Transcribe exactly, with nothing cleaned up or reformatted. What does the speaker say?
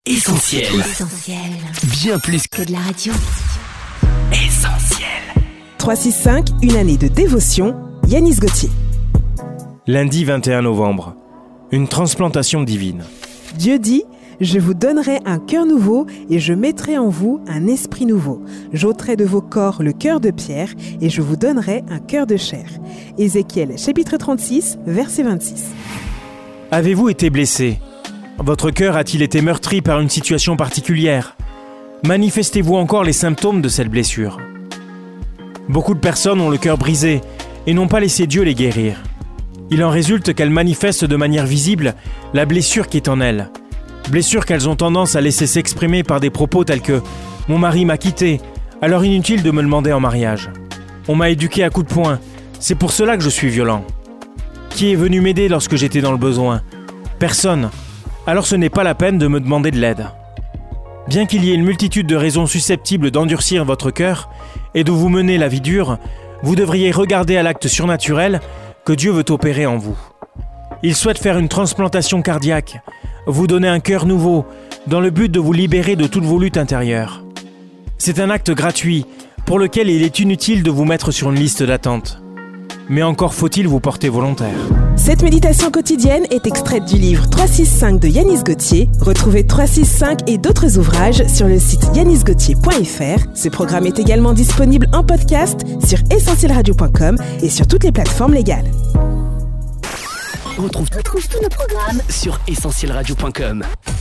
Essentiel. Essentiel. Bien plus que de la radio. Essentiel. trois six cinq, une année de dévotion, Yanis Gauthier. Lundi vingt et un novembre, une transplantation divine. Dieu dit, je vous donnerai un cœur nouveau et je mettrai en vous un esprit nouveau. J'ôterai de vos corps le cœur de pierre et je vous donnerai un cœur de chair. Ézéchiel chapitre trente-six, verset vingt-six. Avez-vous été blessé ? Votre cœur a-t-il été meurtri par une situation particulière ? Manifestez-vous encore les symptômes de cette blessure ? Beaucoup de personnes ont le cœur brisé et n'ont pas laissé Dieu les guérir. Il en résulte qu'elles manifestent de manière visible la blessure qui est en elles. Blessure qu'elles ont tendance à laisser s'exprimer par des propos tels que « Mon mari m'a quitté, alors inutile de me demander en mariage. On m'a éduqué à coups de poing, c'est pour cela que je suis violent. Qui est venu m'aider lorsque j'étais dans le besoin ? Personne. Alors ce n'est pas la peine de me demander de l'aide. » Bien qu'il y ait une multitude de raisons susceptibles d'endurcir votre cœur et de vous mener la vie dure, vous devriez regarder à l'acte surnaturel que Dieu veut opérer en vous. Il souhaite faire une transplantation cardiaque, vous donner un cœur nouveau, dans le but de vous libérer de toutes vos luttes intérieures. C'est un acte gratuit, pour lequel il est inutile de vous mettre sur une liste d'attente. Mais encore faut-il vous porter volontaire. Cette méditation quotidienne est extraite du livre trois six cinq de Yanis Gauthier. Retrouvez trois six cinq et d'autres ouvrages sur le site yanis gauthier point f r. Ce programme est également disponible en podcast sur essentiel radio point com et sur toutes les plateformes légales. On retrouve, retrouve tous nos programmes sur essentiel radio point com.